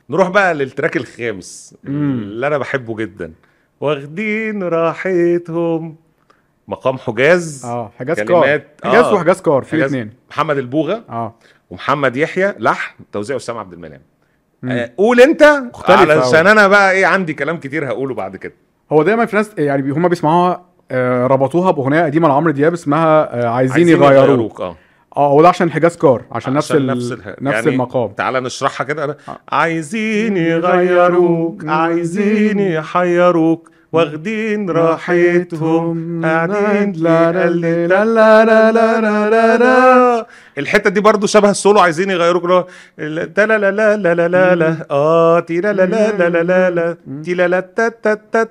نروح بقى للتراك الخامس اللي انا بحبه جدا، واخدين راحتهم، مقام حجاز. حجاز كلمات كار، حجاز وحجاز كار في الاثنين، محمد البوغة ومحمد يحيى، لحن توزيع اسام عبد المنعم. قول انت علشان انا بقى ايه عندي كلام كتير هقوله بعد كده. هو دايما في ناس يعني هم بيسمعوها ربطوها باغنيه قديمه لعمرو دياب اسمها عايزين يغيروك. هو ده عشان حجاز كار، عشان نفس يعني المقام. تعال نشرحها كده. عايزين يغيروك، عايزين يحيروك، واخدين راحتهم، قاعدين لا لا لا لا لا لا لا لا. الحته دي برضو شبه السولو عايزين يغيروك، لا لا لا لا لا لا لا لا تي لا لا لا لا لا لا تي لا لا تا تا تا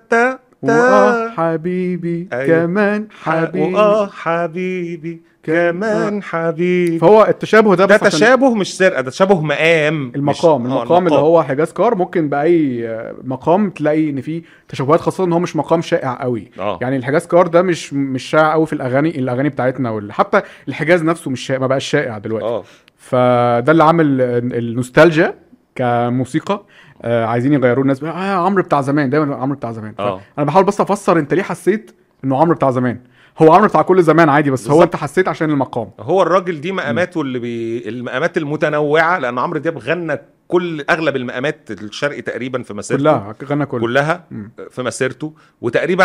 تا حبيبي كمان حبيبي حبيبي كمان حبيبي. فهو التشابه ده بس تشابه مش سرقه، ده تشابه مقام. المقام اللي هو حجاز كار ممكن باي مقام تلاقي ان فيه تشابهات، خاصه ان هو مش مقام شائع قوي. يعني الحجاز كار ده مش شائع قوي في الاغاني بتاعتنا، حتى الحجاز نفسه مش شائع، ما بقاش شائع دلوقتي. فده اللي عامل النوستالجيا كموسيقى. عايزين يغيروا الناس عمرو بتاع زمان، دايما عمرو بتاع زمان. انا بحاول بس افسر انت ليه حسيت انه عمرو بتاع زمان. هو عمرو بتاع كل زمان عادي، بس بالزبط. هو انت حسيت عشان المقام. هو الراجل دي مقاماته المقامات المتنوعه، لان عمرو دياب غنى اغلب المقامات الشرقي تقريبا في مسيرته كلها في مسيرته، وتقريبا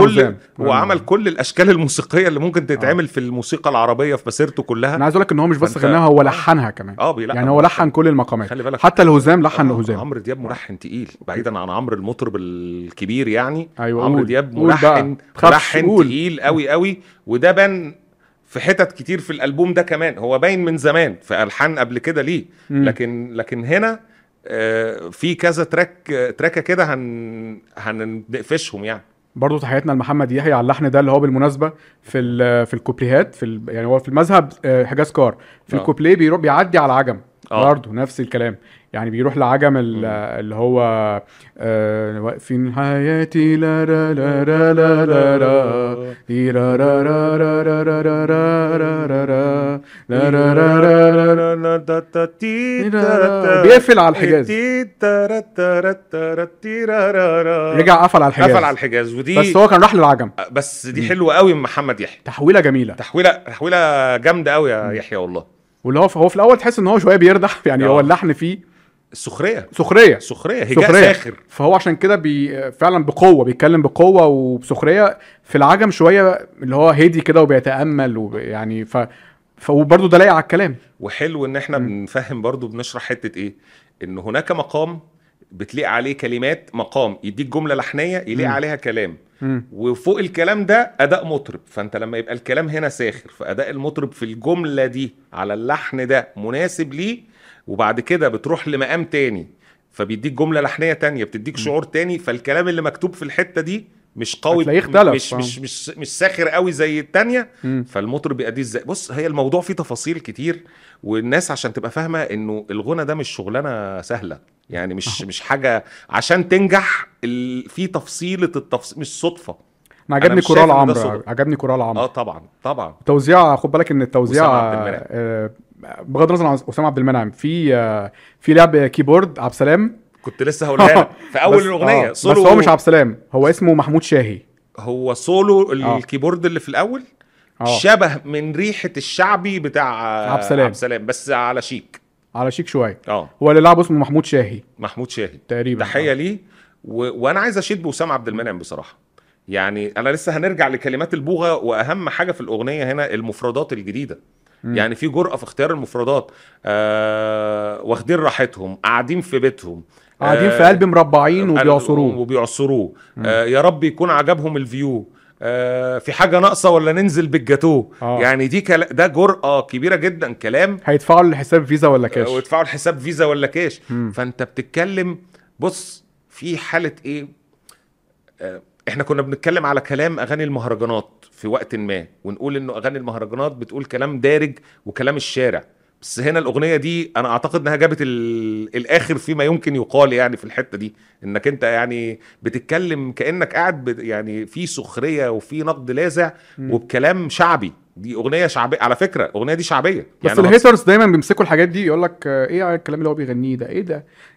عمل كل الاشكال الموسيقيه اللي ممكن تتعمل في الموسيقى العربيه في مسيرته كلها. انا عايز اقول لك ان هو مش بس غناها، هو لحنها كمان. يعني هو لحن كل المقامات، حتى الهزام لحن هزام. عمرو دياب ملحن تقيل بعيدا عن عمرو المطرب الكبير يعني. عمرو دياب ملحن تقيل قوي قوي، وده بان في حتت كتير في الالبوم ده كمان. هو باين من زمان في الحان قبل كده ليه، لكن هنا في كذا تراكه كده هنقفشهم يعني. برضو تحياتنا لمحمد يحيى على اللحن ده، اللي هو بالمناسبه في الكوبليهات يعني هو في المذهب حجاز كار في الكوبليه بيروح بيعدي على عجم. برضو نفس الكلام، يعني بيروح لعجم اللي هو واقفين حياتي لا لا لا لا لا لا لا لا بيقفل على الحجاز، رجع قفل على الحجاز ودي بس هو كان راح للعجم. بس دي حلوه قوي من محمد يحيى، تحويله جميله، تحويله جامده قوي يا يحيى والله. واللي هو في الاول تحس ان هو شويه بيردح يعني. هو اللحن فيه سخريه هجاء ساخر، فهو عشان كده فعلا بقوه بيتكلم بقوه وبسخريه. في العجم شويه اللي هو هادي كده وبيتامل ويعني وبرضه ده لايق على الكلام. وحلو ان احنا بنفهم برضه، بنشرح حته ايه، ان هناك مقام بتليق عليه كلمات، مقام يديك جمله لحنيه يليق عليها كلام، وفوق الكلام ده اداء مطرب. فانت لما يبقى الكلام هنا ساخر، فاداء المطرب في الجمله دي على اللحن ده مناسب ليه، وبعد كده بتروح لمقام تاني فبيديك جمله لحنيه تانية بتديك شعور تاني. فالكلام اللي مكتوب في الحته دي مش قوي، مش ساخر قوي زي التانية. فالمطرب بيأديه ازاي. بص، هي الموضوع فيه تفاصيل كتير، والناس عشان تبقى فاهمه انه الغنى ده مش شغلانه سهله يعني. مش حاجه عشان تنجح. في تفصيله التفصيل مش صدفه. عجبني كورال عمرو. طبعا توزيع. خد بالك ان التوزيع بغض النظر عن اسامه عبد المنعم في لعب كيبورد عبد السلام. كنت لسه هقولها لك في اول الاغنيه. بس هو مش عبد السلام، هو اسمه محمود شاهي. هو سولو الكيبورد اللي في الاول شبه من ريحه الشعبي بتاع عبد السلام بس على شيك شويه. هو اللي لعبه اسمه محمود شاهي تقريبا. تحيه ليه. وانا عايز اشيد باسامه عبد المنعم بصراحه. يعني انا لسه هنرجع لكلمات البوغه، واهم حاجه في الاغنيه هنا المفردات الجديده. يعني في جرأة في اختيار المفردات. واخدين راحتهم، قاعدين في بيتهم، قاعدين في قلب مربعين وبيعصروه. يا رب يكون عجبهم الفيو. في حاجة ناقصة ولا ننزل بالجاتوه. يعني ده جرأة كبيرة جدا. كلام هيدفعوا الحساب فيزا ولا كاش. فانت بتتكلم. بص، في حالة ايه، احنا كنا بنتكلم على كلام اغاني المهرجانات في وقت ما، ونقول انه اغاني المهرجانات بتقول كلام دارج وكلام الشارع. بس هنا الاغنيه دي انا اعتقد انها جابت الاخر فيما يمكن يقال يعني في الحته دي، انك انت يعني بتتكلم كانك قاعد يعني في سخريه وفي نقد لاذع وبكلام شعبي. دي اغنيه شعبيه على فكره، الاغنيه دي شعبيه بس يعني. الهيترز دايما بيمسكوا الحاجات دي، يقول لك ايه الكلام اللي هو بيغنيه ده، ايه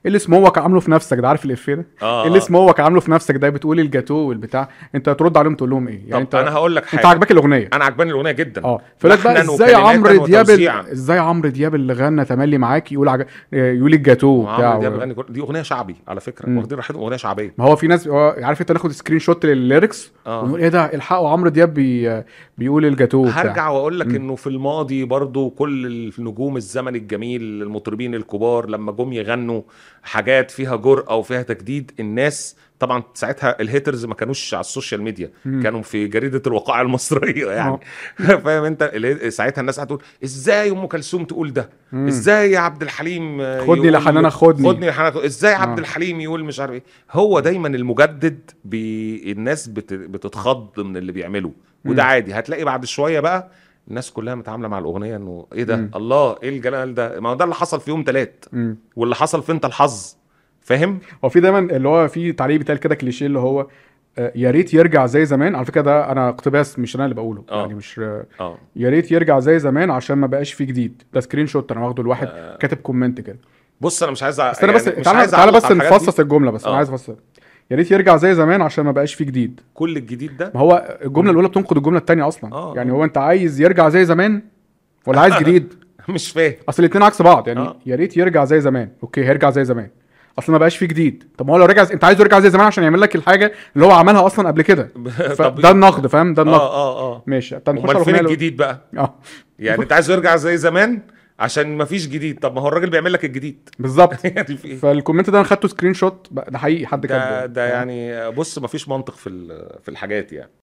اللي اسموك عامله في نفسك ده، عارف الافيه ده؟ اللي اسموك عامله في نفسك ده، بتقول الجاتو والبتاع، انت ترد عليهم تقول لهم ايه يعني؟ انت انا هقول لك حاجه، انت عاجباك الاغنيه؟ انا عجباني الاغنيه جدا. فلك بقى ازاي عمرو دياب اللي غنى تملي معاك يقول الجاتو بتاع دي اغنيه شعبي على فكره، واخدين راحتهم، اغنيه شعبيه. ما هو في ناس عارف انت، ناخد سكرين شوت للليركس ونقول ايه ده، الحقوا عمرو دياب بيقول الجاتو. هرجع واقول لك انه في الماضي برضو كل النجوم الزمن الجميل المطربين الكبار لما جم يغنوا حاجات فيها جرأة وفيها تجديد، الناس طبعا ساعتها الهيترز ما كانوش على السوشيال ميديا، كانوا في جريدة الوقائع المصرية يعني. فاهم انت؟ ساعتها الناس هتقول ازاي ام كلثوم تقول ده، ازاي عبد الحليم خدني لحنانا خدني لحنانا، ازاي عبد الحليم يقول مش عارف ايه. هو دايما المجدد الناس بتتخض من اللي بيعمله، وده عادي. هتلاقي بعد شوية بقى الناس كلها متعامله مع الاغنيه انه ايه ده، الله ايه الجلال ده، ما هو ده اللي حصل في يوم 3 واللي حصل في انت الحظ. فاهم؟ هو في دايما اللي هو في تعليق بتاعي كده كليشيه اللي هو يا ريت يرجع زي زمان. على فكره ده انا اقتباس، مش انا اللي بقوله يعني، مش يا ريت يرجع زي زمان عشان ما بقاش فيه جديد. ده سكرين شوت انا واخده لواحد كاتب كومنت كده. بص انا مش عايز بس انا بس يعني تعالى بس نفصص الجمله بس. انا عايز افصل، يا ريت يرجع زي زمان عشان ما بقاش فيه جديد. كل الجديد ده، ما هو الجمله الاولى بتنقض الجمله الثانيه اصلا. يعني هو انت عايز يرجع زي زمان ولا عايز جديد؟ مش فاهم، اصل الاثنين عكس بعض يعني. يا ريت يرجع زي زمان، اوكي هيرجع زي زمان، اصل ما بقاش فيه جديد. طب ما هو لو رجع، انت عايزه يرجع زي زمان عشان يعمل لك الحاجه اللي هو عملها اصلا قبل كده. ده النقد، فاهم؟ ده النقد. ماشي. طب امال فين الجديد بقى؟ يعني انت عايزه يرجع زي زمان عشان ما فيش جديد. طب ما هو الراجل بيعمل لك الجديد بالظبط. فالكومنت ده انا خدته سكرين شوت، ده حقيقي حد كاتبه ده يعني. بص ما فيش منطق في الحاجات يعني.